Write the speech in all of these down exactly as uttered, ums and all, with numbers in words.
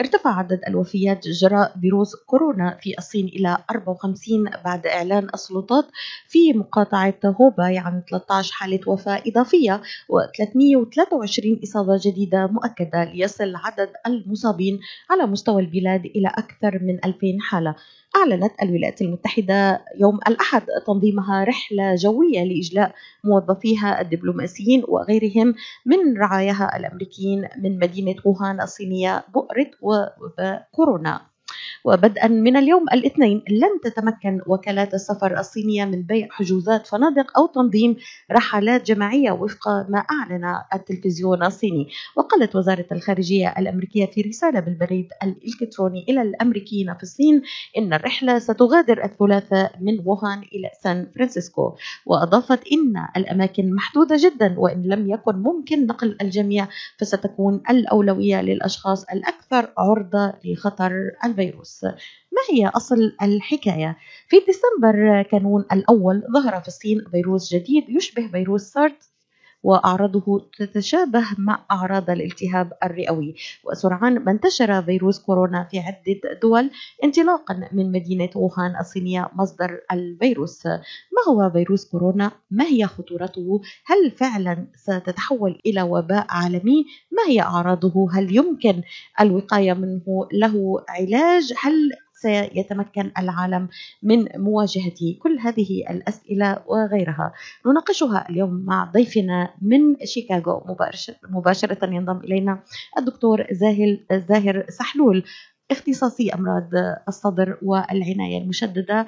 ارتفع عدد الوفيات جراء فيروس كورونا في الصين إلى أربعة وخمسين بعد إعلان السلطات في مقاطعة هوباي عن ثلاثة عشر حالة وفاة إضافية وثلاثمئة وثلاثة وعشرين إصابة جديدة مؤكدة، ليصل عدد المصابين على مستوى البلاد إلى أكثر من ألفين حالة. أعلنت الولايات المتحدة يوم الأحد تنظيمها رحلة جوية لإجلاء موظفيها الدبلوماسيين وغيرهم من رعاياها الأمريكيين من مدينة ووهان الصينية بؤرة وباء كورونا. وبدءا من اليوم الاثنين لن تتمكن وكالات السفر الصينية من بيع حجوزات فنادق أو تنظيم رحلات جماعية وفق ما أعلن التلفزيون الصيني. وقالت وزارة الخارجية الأمريكية في رسالة بالبريد الإلكتروني إلى الأمريكيين في الصين إن الرحلة ستغادر الثلاثاء من ووهان إلى سان فرانسيسكو. وأضافت إن الأماكن محدودة جدا، وإن لم يكن ممكن نقل الجميع فستكون الأولوية للأشخاص الأكثر عرضة لخطر الفيروس. ما هي أصل الحكاية؟ في ديسمبر كانون الأول ظهر في الصين فيروس جديد يشبه فيروس سارس، وأعراضه تتشابه مع أعراض الالتهاب الرئوي، وسرعان ما انتشر فيروس كورونا في عدة دول انطلاقا من مدينة ووهان الصينية مصدر الفيروس. ما هو فيروس كورونا؟ ما هي خطورته؟ هل فعلا ستتحول إلى وباء عالمي؟ ما هي أعراضه؟ هل يمكن الوقاية منه؟ له علاج؟ هل سيتمكن العالم من مواجهة كل هذه الأسئلة وغيرها؟ نناقشها اليوم مع ضيفنا من شيكاغو. مباشرة ينضم إلينا الدكتور زاهر زاهر سحلول، اختصاصي أمراض الصدر والعناية المشددة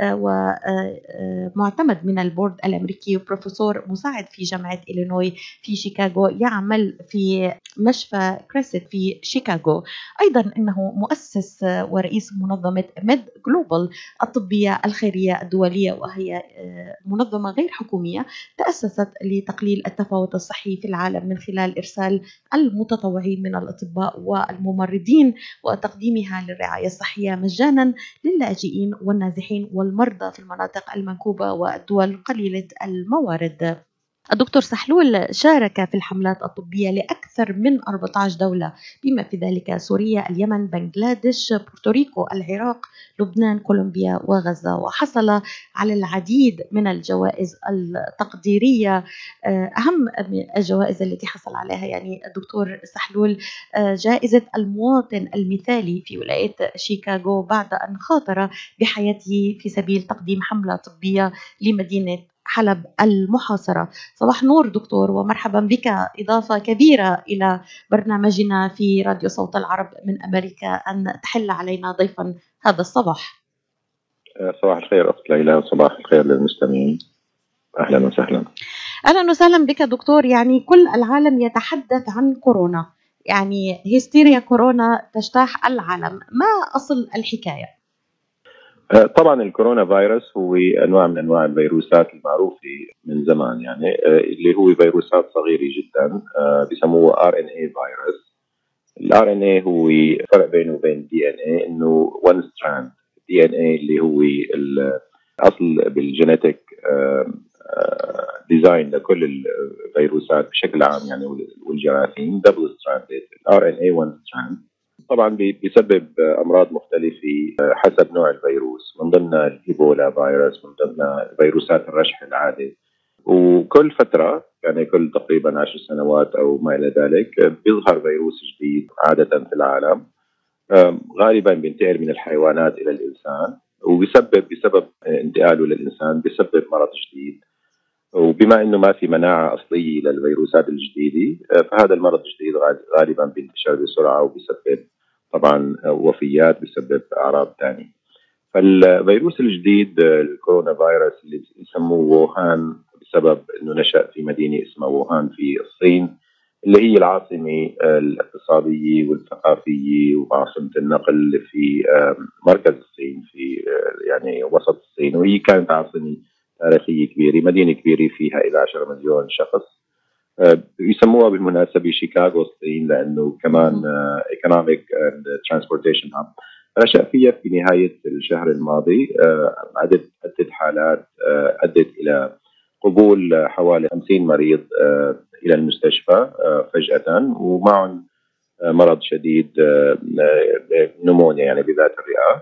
ومعتمد من البورد الأمريكي وبروفيسور مساعد في جامعة إلينوي في شيكاغو، يعمل في مشفى كريسيت في شيكاغو. أيضا إنه مؤسس ورئيس منظمة ميد جلوبال الطبية الخيرية الدولية، وهي منظمة غير حكومية تأسست لتقليل التفاوت الصحي في العالم من خلال إرسال المتطوعين من الأطباء والممرضين وتقديمها للرعاية الصحية مجانا للاجئين والنازحين والمرضى في المناطق المنكوبة والدول قليلة الموارد. الدكتور سحلول شارك في الحملات الطبية لأكثر من أربعة عشر دولة بما في ذلك سوريا، اليمن، بنغلاديش، بورتوريكو، العراق، لبنان، كولومبيا وغزة، وحصل على العديد من الجوائز التقديرية. أهم الجوائز التي حصل عليها يعني الدكتور سحلول جائزة المواطن المثالي في ولاية شيكاغو بعد أن خاطر بحياته في سبيل تقديم حملة طبية لمدينة حلب المحاصرة. صباح نور دكتور ومرحبا بك، إضافة كبيرة إلى برنامجنا في راديو صوت العرب من أمريكا أن تحل علينا ضيفا هذا الصباح. صباح الخير أخت ليلى وصباح الخير للمستمعين، أهلا وسهلا. أهلا وسهلا بك دكتور. يعني كل العالم يتحدث عن كورونا، يعني هيستيريا كورونا تجتاح العالم، ما أصل الحكاية؟ طبعا الكورونا فيروس هو انواع من انواع الفيروسات المعروفه من زمان، يعني اللي هو فيروسات صغيره جدا بيسموه ار ان اي فيروس. الار ان اي هو فرق بينه وبين دي ان اي انه وان ستراند. دي ان اي اللي هو الاصل بالجينيتيك ديزاين لكل الفيروسات بشكل عام يعني والجراثيم دبل ستراند. الار ان اي وان ستراند طبعا بيسبب امراض مختلفه حسب نوع الفيروس، من ضمنها الايبولا فيروس، من ضمنها فيروسات الرشح العادي. وكل فتره يعني كل تقريبا عشر سنوات او ما الى ذلك بيظهر فيروس جديد عاده في العالم، غالبا بينتقل من الحيوانات الى الانسان وبيسبب بسبب انتقاله للانسان بيسبب مرض جديد. وبما انه ما في مناعه اصليه للفيروسات الجديده فهذا المرض الجديد غالبا بينتشر بسرعه وبيسبب طبعا وفيات، بيسبب اعراض ثانيه. فالفيروس الجديد الكورونا فيروس اللي يسموه ووهان بسبب انه نشأ في مدينه اسمها ووهان في الصين، اللي هي العاصمه الاقتصاديه والثقافيه وعاصمه النقل في مركز الصين في يعني وسط الصين، وهي كانت عاصمه تاريخيه كبيره، مدينه كبيره فيها إلى عشرة مليون شخص. يسموها بالمناسبه شيكاغو الصين لانه كمان ايكونوميك اند ترانسبورتيشن هاب. نشأ فيها في نهايه الشهر الماضي عدد عده حالات ادت الى قبول حوالي خمسين مريض الى المستشفى فجأة، ومعهم مرض شديد نمونيا يعني بذات الرئة،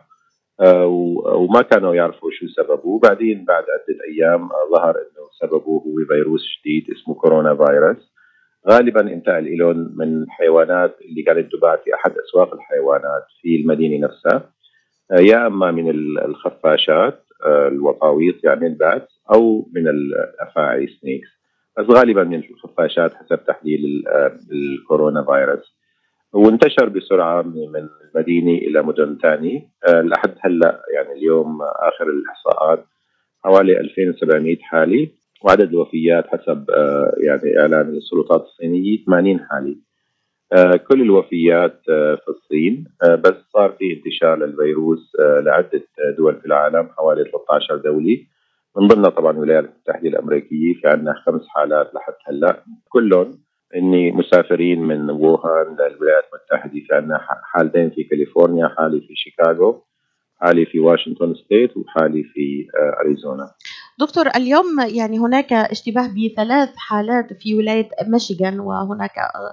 وما كانوا يعرفوا شو سببه. بعدين بعد عدة أيام ظهر أنه سببه هو فيروس جديد اسمه كورونا فيروس، غالبا انتقل إلهم من الحيوانات اللي كانت تباع في أحد أسواق الحيوانات في المدينة نفسها، يا اما من الخفاشات الوطاويط يعني البات، او من الافاعي سنيكس، بس غالبا من الخفاشات حسب تحليل الكورونا فيروس. وانتشر بسرعه من المدينه الى مدن ثانيه لحد هلا. يعني اليوم اخر الاحصاءات حوالي ألفين وسبعمئة حاله، وعدد الوفيات حسب يعني اعلان السلطات الصينيه ثمانين حاله. آه كل الوفيات آه في الصين، آه بس صار في انتشار للفيروس آه لعدة دول في العالم، حوالي ثلاثة عشر دولة، من ضمنها طبعا الولايات المتحدة الأمريكية. في عندنا خمس حالات لحد هلا، كلهم اني مسافرين من ووهان للولايات المتحدة. في عندنا حالتين في كاليفورنيا، حالة في شيكاغو، حالة في واشنطن ستيت، وحالة في أريزونا. دكتور، اليوم يعني هناك اشتباه بثلاث حالات في ولاية ميشيغان، وهناك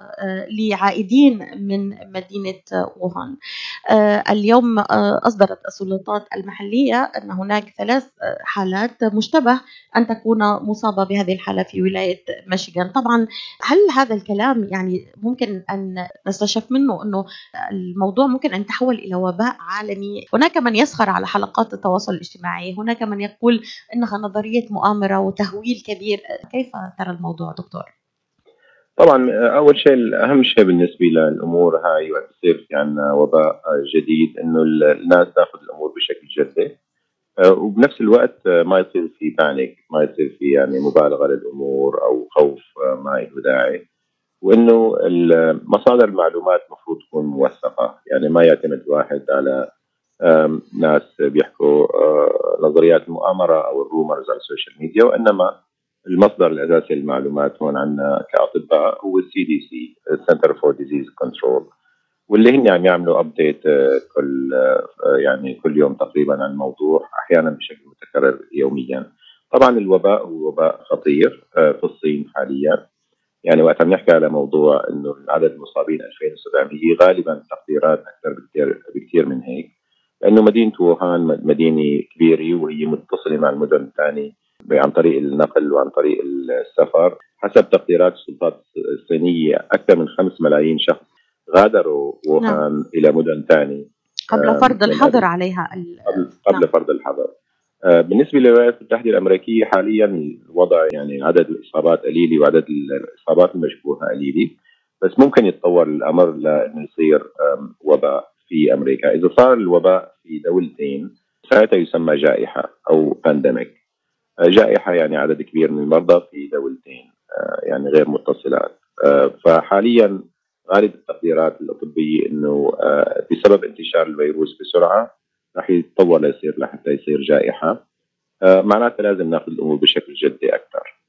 لعائدين من مدينة ووهان. اليوم أصدرت السلطات المحلية أن هناك ثلاث حالات مشتبه أن تكون مصابة بهذه الحالة في ولاية ميشيغان. طبعا هل هذا الكلام يعني ممكن أن نستشف منه أنه الموضوع ممكن أن يتحول إلى وباء عالمي؟ هناك من يسخر على حلقات التواصل الاجتماعي، هناك من يقول إنها نظرية مؤامرة وتهويل كبير. كيف ترى الموضوع دكتور؟ طبعا اول شيء اهم شيء بالنسبه للامور هاي وقت يصير في عندنا وباء جديد، انه الناس تاخذ الامور بشكل جدي، وبنفس الوقت ما يصير في بانيك، ما يصير في يعني مبالغه للامور او خوف ما له داعي، وانه مصادر المعلومات المفروض تكون موثقه. يعني ما يعتمد واحد على ناس بيحكوا نظريات المؤامره او الرومرز على السوشيال ميديا، وانما المصدر الاساسي للمعلومات هون عندنا كاطباء هو السي دي سي، Center for Disease Control، واللي هن عم يعملوا ابديت كل يعني كل يوم تقريبا عن الموضوع، احيانا بشكل متكرر يوميا. طبعا الوباء هو وباء خطير في الصين حاليا. يعني وقت عم نحكي على موضوع انه عدد المصابين ألفين وسبعمئة، غالبا التقديرات اكثر بكثير بكثير من هيك، لانه مدينه ووهان مدينه كبيره وهي متصله مع المدن الثانيه عن طريق النقل وعن طريق السفر. حسب تقديرات السلطات الصينيه اكثر من خمس ملايين شخص غادروا ووهان نعم. الى مدن ثانيه قبل فرض الحظر عليها. قبل, قبل نعم. فرض الحظر. بالنسبة للولايات المتحدة الأمريكية حاليا الوضع يعني عدد الإصابات قليلة وعدد الإصابات المشبوهة قليلة، بس ممكن يتطور الأمر لأنه يصير وباء في أمريكا. إذا صار الوباء في دولتين ساعتها يسمى جائحة أو بانديميك. جائحة يعني عدد كبير من المرضى في دولتين يعني غير متصلات. فحاليا غالب التقديرات الطبية إنه بسبب انتشار الفيروس بسرعة رح يتطور ليصير لحتى يصير جائحة. معناتها لازم ناخذ الأمور بشكل جدي أكثر.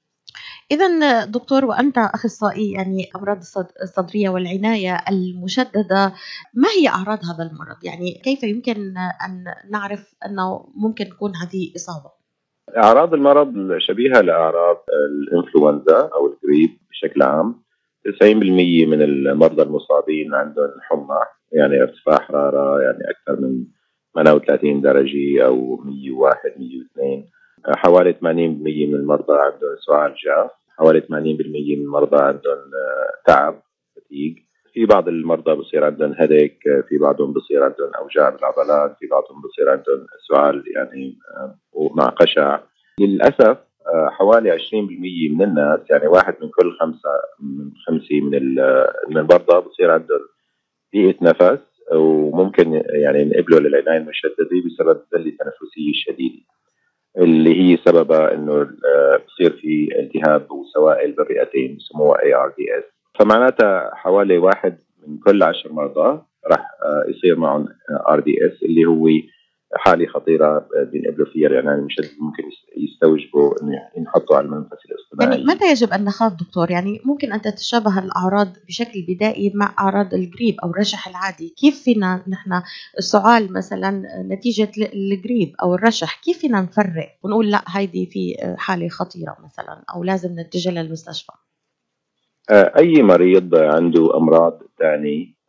إذا دكتور، وأنت أخصائي يعني أمراض الصدرية والعناية المشددة، ما هي أعراض هذا المرض؟ يعني كيف يمكن أن نعرف أنه ممكن تكون هذه إصابة؟ أعراض المرض شبيهة لأعراض الإنفلونزا أو الجريب بشكل عام. تسعين بالمئة من المرضى المصابين عندهم حمى، يعني ارتفاع حرارة يعني أكثر من ثمانية وثلاثين درجة أو مئة وواحد مئة واثنين. حوالي ثمانين بالمئة من المرضى عندهم سعال جاف، حوالي ثمانين بالمئة من المرضى عندهم تعب فتيج. في بعض المرضى بصير عندهم هيديك، في بعضهم بصير عندهم أوجاع بالعضلات، في بعضهم بصير عندهم سعال يعني مع قشع. للأسف حوالي عشرين بالمئة من الناس، يعني واحد من كل خمسة من خمسة من من المرضى بصير عندهم ضيقة نفس، وممكن يعني نقبله للعناية المشددة بسبب ذلة تنفسية شديدة اللي هي سببها انه بصير في التهاب وسوائل بالرئتين بسموها إيه آر دي إس. فمعناتها حوالي واحد من كل عشر مرضى راح يصير معهم آر دي إس اللي هو حالة خطيرة بنقبلوا فيها العناية المشددة، ممكن يستوجبوا انه ينحطوا على المنفذ الاصطناعي. يعني متى يجب أن نخاف دكتور؟ يعني ممكن أن تتشابه الأعراض بشكل بدائي مع أعراض الجريب أو الرشح العادي. كيف فينا نحن السعال مثلا نتيجة الجريب أو الرشح، كيف فينا نفرق ونقول لا هيدي في حالة خطيرة مثلا أو لازم نتجه للمستشفى؟ أي مريض عنده أمراض ثانية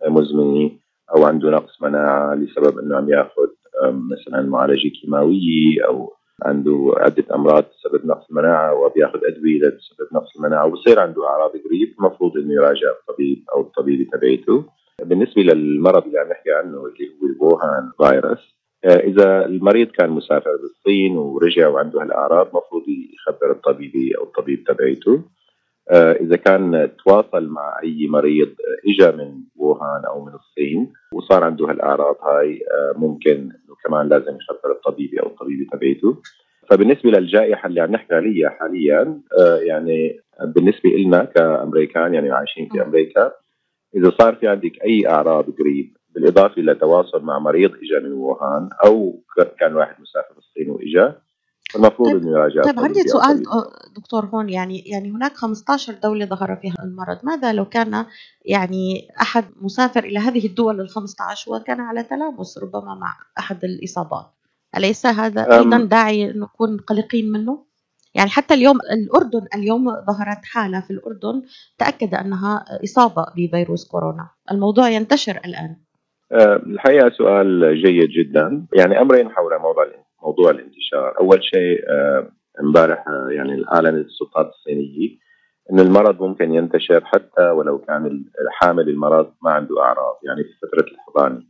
مزمنة أو عنده نقص مناعة لسبب إنه عم ياخذ مثلا معالجة كيماوية أو عنده عدة أمراض تسبب نقص المناعة وبياخذ أدوية لتسبب نقص المناعة وبصير عنده أعراض قريب، المفروض إنه يراجع الطبيب أو الطبيبة تبعته. بالنسبة للمرض اللي عم نحكي عنه اللي هو الووهان فيروس، إذا المريض كان مسافر بالصين ورجع وعنده هالأعراض مفروض يخبر الطبيبة أو الطبيب تبعته. إذا كان تواصل مع أي مريض إجا من ووهان أو من الصين وصار عنده هالأعراض هاي ممكن إنه كمان لازم يخبر الطبيب أو الطبيبة تبعته. فبالنسبة للجائحة اللي عم نحكي عليها حاليا يعني بالنسبة لنا كأمريكان يعني عايشين في أمريكا، إذا صار في عندك أي أعراض قريب بالإضافة إلى تواصل مع مريض إجا من ووهان أو كان واحد مسافر الصين وإجا، المفروض طيب انه يراجع طيب عندي الطبيب او سؤال طبيب. دكتور هون، يعني يعني هناك خمسة عشر دولة ظهر فيها المرض، ماذا لو كان يعني أحد مسافر إلى هذه الدول الخمسة عشر وكان على تلامس ربما مع أحد الإصابات؟ أليس هذا أيضا أم داعي نكون قلقين منه؟ يعني حتى اليوم الأردن اليوم ظهرت حالة في الأردن تأكد أنها إصابة بفيروس كورونا، الموضوع ينتشر الآن. الحقيقة سؤال جيد جدا. يعني أمرين حول موضوع موضوع الانتشار. أول شيء امبارح يعني أعلنت السلطات الصينية أن المرض ممكن ينتشر حتى ولو كان حامل المرض ما عنده أعراض، يعني في فترة الحضانة.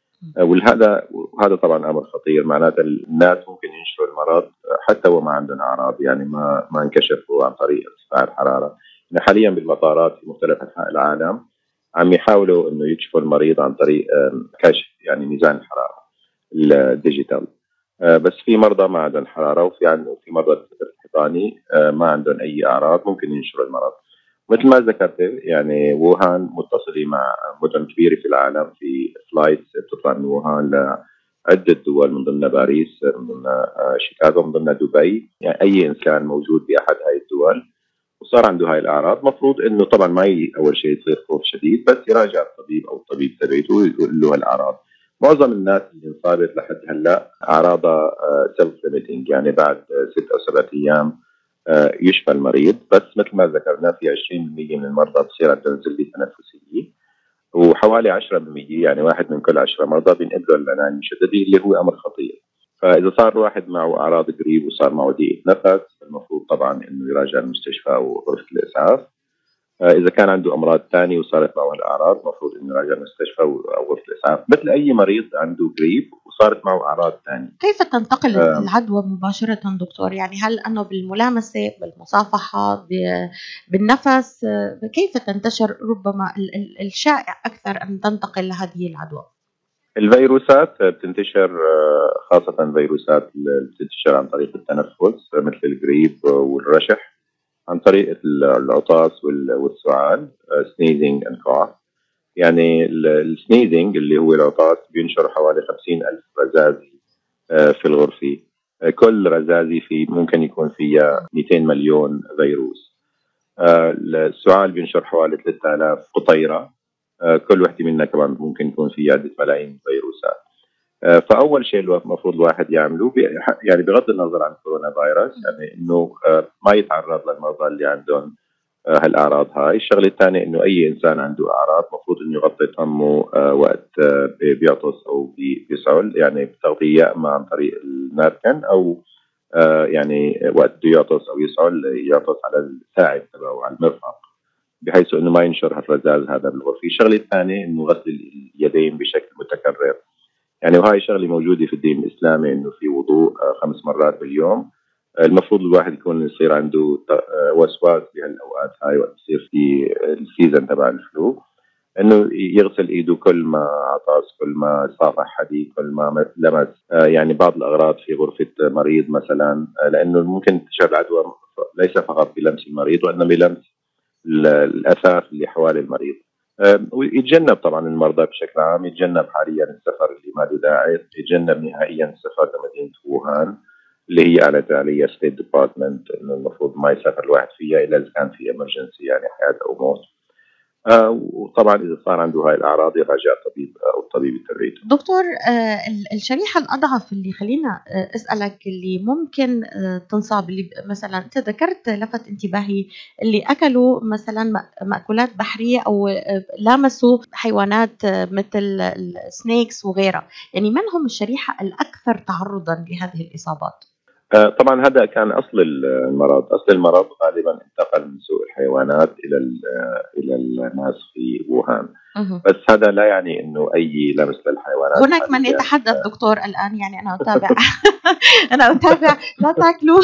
وهذا وهذا طبعا أمر خطير، معناته الناس ممكن ينشروا المرض حتى وما عندهم أعراض، يعني ما ما انكشفوا عن طريق ارتفاع الحرارة. يعني حاليا بالمطارات في مختلف أنحاء العالم عم يحاولوا انه يكشفوا المريض عن طريق كشف يعني ميزان الحراره الديجيتال، بس في مرضى ما عندهم حراره وفي عنده في مرضى الحيطاني ما عندهم اي اعراض ممكن ينشروا المرض. مثل ما ذكرت يعني ووهان متصله مع مدن كبيره في العالم، في فلايتس بتطلع من ووهان لعده دول من ضمنها باريس، من ضمنها شيكاغو، من ضمنها دبي. يعني اي انسان موجود باحد هاي الدول وصار عنده هاي الاعراض مفروض انه طبعا ما ي... اول شيء يصير خوف شديد، بس يراجع الطبيب او الطبيب تبعته ويقول له هالاعراض. معظم الناس اللي انصابت لحد هلا اعراضها سيلف ليميتنج، يعني بعد ست او سبعة ايام يشفى المريض، بس مثل ما ذكرنا في عشرين بالمئة من المرضى بصير عندهم زلة تنفسية، وحوالي عشرة بالمئة يعني واحد من كل عشرة مرضى بينقلوا العناية المشددة اللي هو امر خطير. فإذا صار واحد معه أعراض قريب وصار معه ضيق نفس المفروض طبعا إنه يراجع المستشفى أو غرفة الإسعاف. إذا كان عنده أمراض ثانية وصارت معه الأعراض المفروض إنه يراجع المستشفى أو غرفة الإسعاف، مثل أي مريض عنده قريب وصارت معه أعراض ثانية. كيف تنتقل العدوى مباشرة دكتور؟ يعني هل أنه بالملامسة، بالمصافحة، بالنفس؟ كيف تنتشر؟ ربما الشائع أكثر أن تنتقل هذه العدوى. الفيروسات بتنتشر، خاصة فيروسات اللي بتنتشر عن طريق التنفس مثل الجريب والرشح، عن طريق العطاس والسعال sneezing and cough. يعني السنيزنج اللي هو العطاس بينشر حوالي خمسين ألف رزازي في الغرفة، كل رزازي في ممكن يكون فيها مئتين مليون فيروس. السعال بينشر حوالي ثلاثة آلاف قطيرة، كل وحدة منها كمان ممكن يكون فيها عدة ملايين فيروسات. فأول شيء المفروض الواحد يعمله يعني بغض النظر عن كورونا فيروس يعني إنه ما يتعرض للمرضى اللي عندهم هالأعراض هاي. الشغلة الثانية إنه أي إنسان عنده أعراض مفروض إنه يغطي فمه وقت بيعطس أو بيسعل، يعني بتغطية إما عن طريق الناركن أو يعني وقت بده يعطس أو يسعل يعطس على الساعد تبعه على المرفق، بحيث إنه ما ينشر هالرذاذ هذا بالغرفة. الشغلة الثانية إنه غسل اليدين بشكل متكرر، يعني وهي شغلة موجودة في الدين الإسلامي إنه في وضوء خمس مرات باليوم. المفروض الواحد يكون يصير عنده وسواس بهالأوقات هاي وقت يصير في السيزن تبع الفلو، إنه يغسل إيده كل ما عطس، كل ما صافح حد، كل ما لمس يعني بعض الأغراض في غرفة مريض مثلا، لأنه ممكن تنتشر العدوى ليس فقط بلمس المريض وإنما بلمس الأثاث اللي حوالي المريض. ويتجنب طبعا المرضى بشكل عام، يتجنب حاليا السفر اللي ما له داعي، يتجنب نهائيا السفر لمدينة ووهان اللي هي أعلنت عليها ستيت ديبارتمنت إنه المفروض ما يسافر الواحد فيها إلا إذا كان في إمرجنسي يعني حياة أو موت. آه، وطبعا اذا صار عنده هاي الاعراض يراجع طبيب او طبيب التبعيد. دكتور، آه، ال- الشريحة الأضعف اللي خلينا آه، أسألك اللي ممكن آه، تنصاب، اللي ب- مثلا أنت ذكرت لفت انتباهي اللي أكلوا مثلا م- مأكولات بحرية أو آه، لامسوا حيوانات آه، مثل السنيكس وغيرها، يعني من هم الشريحة الأكثر تعرضا لهذه الإصابات؟ آه، طبعا هذا كان اصل المرض، اصل المرض غالبا انتقل من سوق الحيوانات الى ال- آه، الى الناس في ووهان. مه. بس هذا لا يعني انه اي لمس للحيوانات هناك من حاليا. يتحدث دكتور الآن، يعني أنا أتابع أنا أتابع لا تاكلوا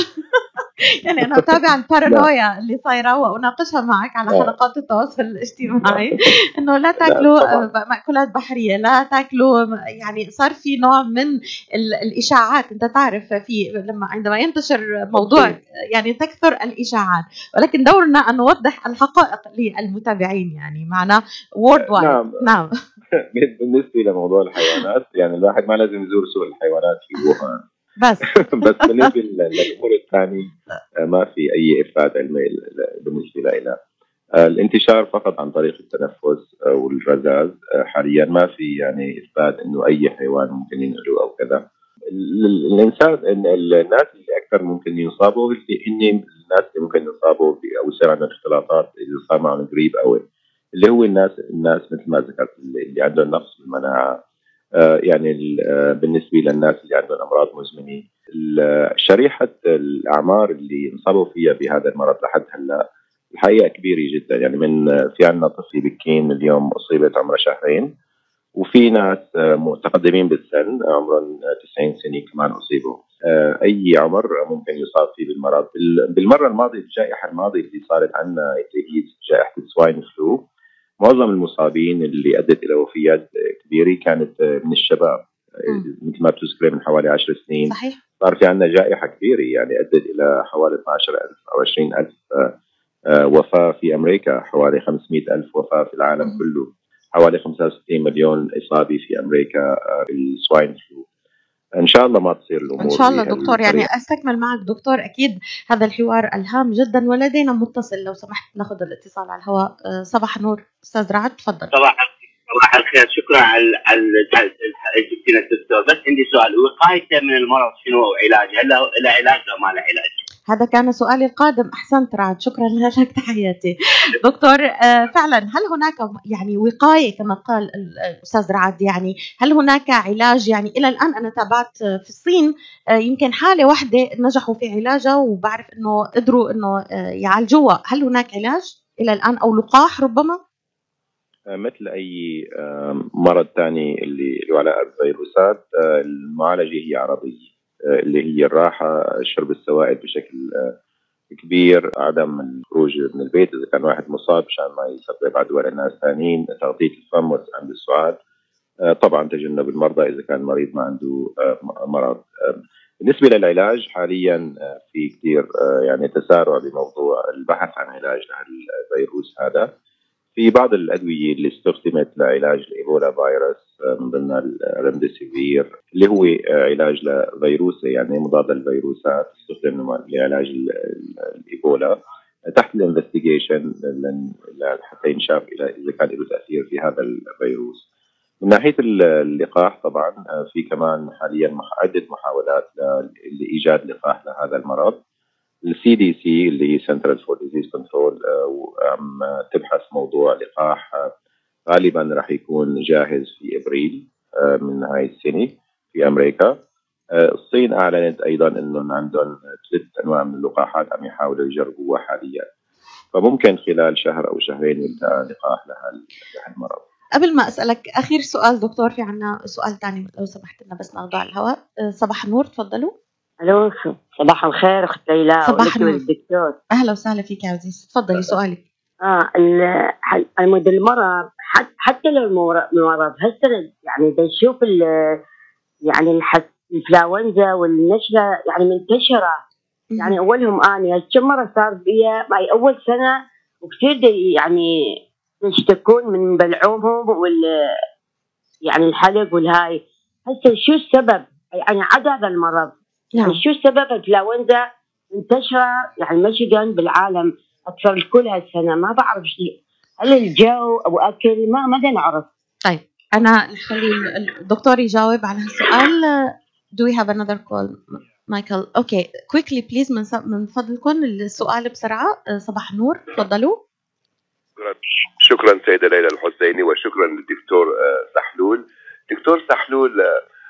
يعني أنا أتابع لا البارانويا اللي صايرة وأناقشها معك على لا حلقات التواصل الاجتماعي، إنه لا لا تاكلوا طبعا. آه، مأكولات بحرية، لا تاكلوا، يعني صار في نوع من ال- الإشاعات. أنت تعرف في لما عندما ينتشر موضوع صحيح. يعني تكثر الإشاعات، ولكن دورنا أن نوضح الحقائق للمتابعين، يعني معنا وورد وايد. نعم. نعم. بالنسبه لموضوع الحيوانات يعني الواحد ما لازم يزور سوق الحيوانات في ووهان. بس بس بالنسبه للامور الثانيه آه، ما في اي اثبات علمي ل- بالنسبه لها. آه، الانتشار فقط عن طريق التنفس آه، والرذاذ. آه، حاليا ما في يعني اثبات انه اي حيوان ممكن ينقله او كذا. ال- الانسان ال- ال- الناس اللي اكثر ممكن ينصابوا اللي هن الناس اللي ممكن ينصابوا ب- او يصير عندهم اختلاطات اذا صار معهم قريب او اللي هو الناس الناس مثل ما ذكرت اللي اللي عندهم نقص بالمناعه. آه، يعني ال- آه، بالنسبه للناس اللي عندهم امراض مزمنه. ال- شريحه الاعمار اللي انصابوا فيها بهذا المرض لحد هلا الحقيقه كبيره جدا. يعني من في عندنا طفل بكين اليوم اصيبت عمره شهرين، وفي ناس آه، متقدمين بالسن عمرهم تسعين سنه كمان اصيبوا. آه، اي عمر ممكن يصاب فيه بالمرض. بال- بالمره الماضيه الجائحه الماضيه اللي صارت عندنا اللي هي جائحه السواين فلو، معظم المصابين اللي ادت الى وفيات كبيره كانت آه، من الشباب. آه، مم. مثل ما بتذكري من حوالي عشر سنين صحيح. صار في عندنا جائحه كبيره يعني ادت الى حوالي اثني عشر ألف او عشرين ألف آه، آه، وفاه في امريكا، حوالي خمسمئة ألف وفاه في العالم مم. كله، حوالي خمسة وستين مليون اصابه في امريكا آه، بالسواين فلو. ان شاء الله ما تصير إن الامور شاء الله دكتور، يعني بهالطريقه. أستكمل معك دكتور، أكيد هذا الحوار الهام جدا، ولدينا متصل، لو سمحت ناخذ الاتصال على الهواء. آه، صباح النور أستاذ رعد، تفضل. صباح صباح الخير، شكرا على على جبتنا الدكتور. بس عندي سؤال، وقايته من المرض شنو علاجه؟ هل له علاج او ما له علاج؟ هذا كان سؤالي القادم. أحسنت رعد، شكرا لك، تحياتي دكتور. آه، فعلا هل هناك يعني وقاية كما قال الأستاذ رعد؟ يعني هل هناك علاج؟ يعني إلى الآن أنا تابعت في الصين آه، يمكن حالة واحدة نجحوا في علاجها، وبعرف أنه قدروا أنه آه، يعالجوها. هل هناك علاج إلى الآن أو لقاح ربما؟ آه، مثل اي آه، مرض ثاني اللي له علاقه بالفيروسات، آه، المعالجه هي عرضيه، آه، اللي هي الراحه، شرب السوائل بشكل آه، كبير، عدم الخروج من البيت اذا كان واحد مصاب مشان ما يسبب عدوى للناس ثانيين، تغطيه الفم عند السعال. آه، طبعا تجنب المرضى اذا كان المريض ما عنده آه، مرض. آه، بالنسبه للعلاج حاليا آه، في كثير آه، يعني تسارع بموضوع البحث عن علاج للفيروس هذا. في بعض الادويه اللي استخدمت لعلاج الايبولا فيروس آه، من ضمنها الريمديسيفير اللي هو آه، علاج لفيروس يعني مضاد للفيروسات، استخدم لعلاج ال- ال- الايبولا تحت الانفستيجيشن حتى ينشاف الى اذا كان له تاثير في هذا الفيروس. من ناحيه اللقاح طبعا آه، في كمان حاليا مح- عده محاولات ل- لايجاد لقاح لهذا المرض. السي دي سي اللي هي سنترال فور ديزيز كنترول عم تبحث موضوع لقاح آه، غالبا راح يكون جاهز في ابريل آه، من هاي السنه في امريكا. آه، الصين اعلنت ايضا انهم عندهم ثلاث انواع من اللقاحات عم يحاولوا يجربوها حاليا، فممكن خلال شهر او شهرين يلقى لقاح لهالمرض. قبل ما أسألك آخر سؤال دكتور، في عنا سؤال تاني لو سمحت لنا بس ناخده على الهواء. آه، صباح النور، تفضلوا. الو، صباح الخير اخت ليلى، صباح النور، الدكتور. أهلا وسهلا فيك يا عزيز، تفضلي سؤالك. اه المد المرض حتى لو المرض هسه يعني بنشوف يعني الحس الانفلونزا والنشره يعني منتشره. يعني اولهم اني كم مره صار بيا معي اول سنه، وكثير يعني يشتكون من بلعومهم وال يعني الحلق والهاي. هسه شو السبب يعني عدا هذا المرض؟ يعني شو السبب الانفلونزا منتشره يعني ميشيغان بالعالم اكثر الكل هالسنه؟ ما بعرف شيء هل الجو أو أكل ما ما نعرف. طيب أنا نخلي الدكتور يجاوب على هالسؤال. Do we have another call, Michael? Okay, quickly please من من فضلكم السؤال بسرعة. صباح النور، تفضلوا. شكرا شكرا سيدة ليلى الحسيني، وشكرا للدكتور سحلول. دكتور سحلول،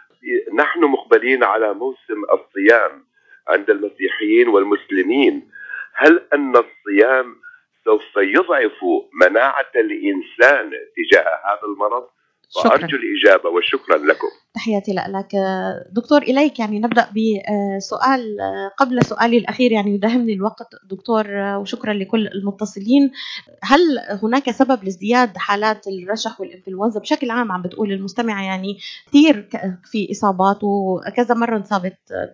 نحن مقبلين على موسم الصيام عند المسيحيين والمسلمين، هل أن الصيام سوف يضعف مناعة الإنسان تجاه هذا المرض؟ وأرجو الإجابة وشكرا لكم. تحياتي لك دكتور. إليك يعني نبدأ بسؤال قبل سؤالي الأخير، يعني يداهمني الوقت دكتور، وشكرا لكل المتصلين. هل هناك سبب لازدياد حالات الرشح والإنفلونزا بشكل عام؟ عم بتقول المستمعة يعني كثير في إصابات وكذا مرة انصابت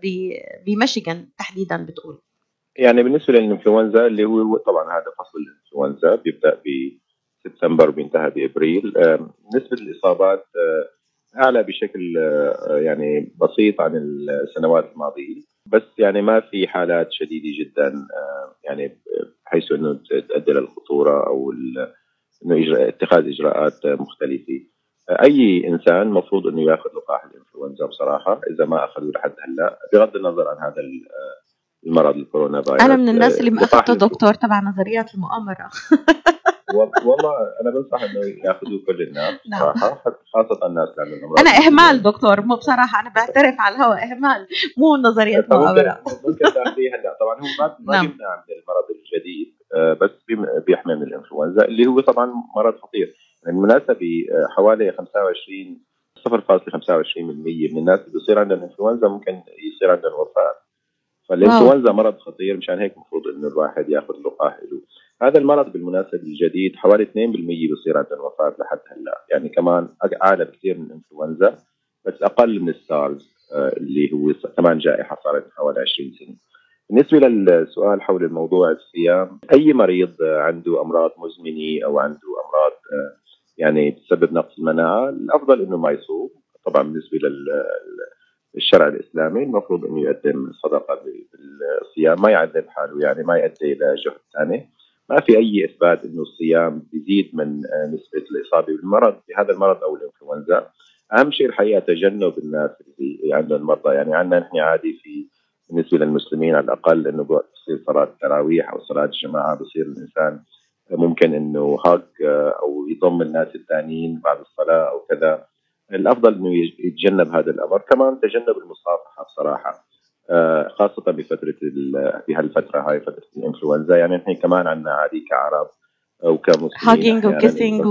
بميشيغان تحديدا بتقول. يعني بالنسبة للإنفلونزا اللي هو طبعا هذا فصل الإنفلونزا بيبدأ ب سبتمبر بينتهى بإبريل، نسبة الإصابات أعلى بشكل يعني بسيط عن السنوات الماضية، بس يعني ما في حالات شديدة جدا يعني بحيث إنه تؤدي للخطورة أو إنه اتخاذ إجراءات مختلفة. أي إنسان مفروض إنه يأخذ لقاح الإنفلونزا بصراحة إذا ما أخذوا لحد هلا، بغض النظر عن هذا المرض الكورونا فيروس. أنا من الناس اللي ما أخذته دكتور تبع نظريات المؤامرة. والله أنا بنصح إنه يأخذوا كل الناس صراحة، خاصة الناس اللي عندهم أمراض. أنا إهمال دكتور، مو بصراحة أنا بعترف على الهواء إهمال، مو نظرية مؤامرة. ممكن تأخذيه هلا. طبعا هو ما ما بيمنع من المرض الجديد، بس بيحمي من الإنفلونزا اللي هو طبعا مرض خطير. بالمناسبة حوالي خمسة وعشرين صفر فاصلة خمسة وعشرين بالمئة من الناس اللي بيصير عندهم إنفلونزا ممكن يصير عندهم وفاة. فالإنفلونزا مرض خطير، مشان هيك المفروض إنه الواحد يأخذ لقاح له. هذا المرض بالمناسبة الجديد حوالي اثنين بالمئة بيصير عندهم وفاة لحد هلا، يعني كمان أعلى بكثير من الإنفلونزا بس أقل من السارز اللي هو كمان جائحة صارت حوالي عشرين سنة. بالنسبة للسؤال حول الموضوع الصيام، أي مريض عنده أمراض مزمنة أو عنده أمراض يعني تسبب نقص المناعة الأفضل إنه ما يصوم. طبعا بالنسبة للشرع الإسلامي المفروض إنه يقدم صدقة بالصيام، ما يعذب حاله، يعني ما يؤدي إلى جهد ثاني. ما في أي إثبات إنه الصيام بيزيد من نسبة الإصابة بالمرض بهذا المرض أو الإنفلونزا. أهم شيء الحقيقة تجنب الناس اللي عندهم المرضى، يعني عندنا نحن عادي في بالنسبة للمسلمين على الأقل إنه بتصير صلاة التراويح أو صلاة الجماعة بصير الإنسان ممكن إنه هاك أو يضم الناس الثانيين بعد الصلاة أو كذا. الأفضل إنه يتجنب هذا الأمر. كمان تجنب المصافحة بصراحة، خاصة بفترة بهالفترة هاي فترة الإنفلونزا. يعني نحن كمان عندنا عادي كعرب أو كمسلمين هاجينج وكيسينج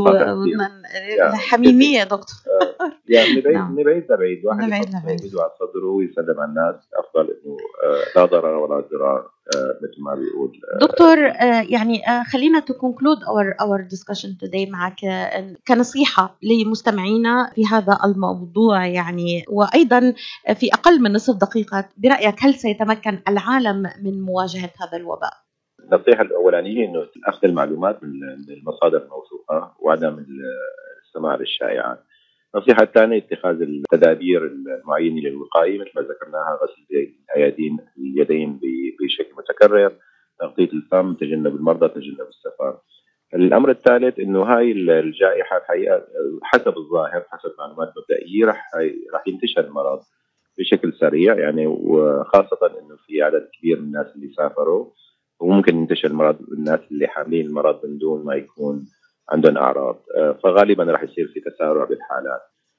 وحميمية دكتور. يعني نبعد نبعد لبعيد، واحد يحط ايده على صدره ويسلم على الناس، افضل انه لا ضرر ولا ضرار مثل ما بيقول دكتور. يعني خلينا to conclude our our discussion today معك كنصيحة لمستمعينا في هذا الموضوع، يعني وأيضا في أقل من نصف دقيقة برأيك هل سيتمكن العالم من مواجهة هذا الوباء؟ النصيحة الأولانية إنه أخذ المعلومات من المصادر الموثوقة وعدم السماع للشائعات. النصيحة الثانية اتخاذ التدابير المعينة للوقاية مثل ما ذكرناها: غسل اليدين اليدين بشكل متكرر، تغطية الفم، تجنب المرضى، تجنب السفر. الأمر الثالث إنه هاي الجائحة الحقيقة حسب الظاهر حسب معلومات مبدئية رح رح ينتشر المرض بشكل سريع، يعني وخاصة إنه في عدد كبير من الناس اللي سافروا، وممكن ينتشر المرض بالناس اللي حاملين المرض من دون ما يكون عندهم أعراض، فغالبا راح يصير في تسارع بالحالات.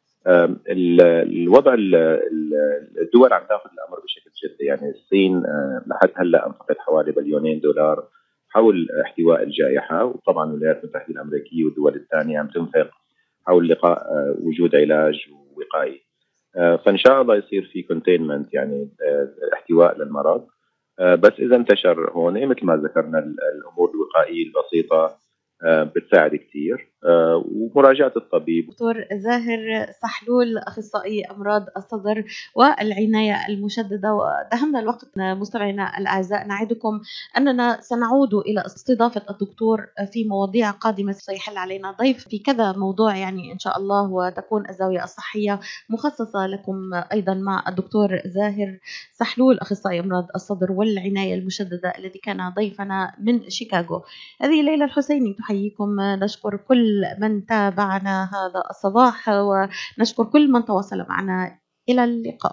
الوضع الدول عم تاخذ الأمر بشكل جدي، يعني الصين لحد هلا أنفقت حوالي بليونين دولار حول احتواء الجائحة، وطبعا الولايات المتحدة الأمريكية والدول الثانية عم تنفق حول لقاء وجود علاج ووقاية. فإن شاء الله يصير في كونتينمنت، يعني احتواء للمرض. بس إذا انتشر هون مثل ما ذكرنا الأمور الوقائية البسيطة بتساعد كتير. ومراجعة الطبيب. دكتور زاهر سحلول، أخصائي أمراض الصدر والعناية المشددة، ودهمنا الوقت مستمعينا الأعزاء. نعدكم أننا سنعود إلى استضافة الدكتور في مواضيع قادمة، سيحل علينا ضيف في كذا موضوع يعني إن شاء الله، وتكون الزاوية الصحية مخصصة لكم أيضا مع الدكتور زاهر سحلول، أخصائي أمراض الصدر والعناية المشددة، الذي كان ضيفنا من شيكاغو. هذه ليلى الحسيني تحييكم. نشكر كل من تابعنا هذا الصباح، ونشكر كل من تواصل معنا. إلى اللقاء.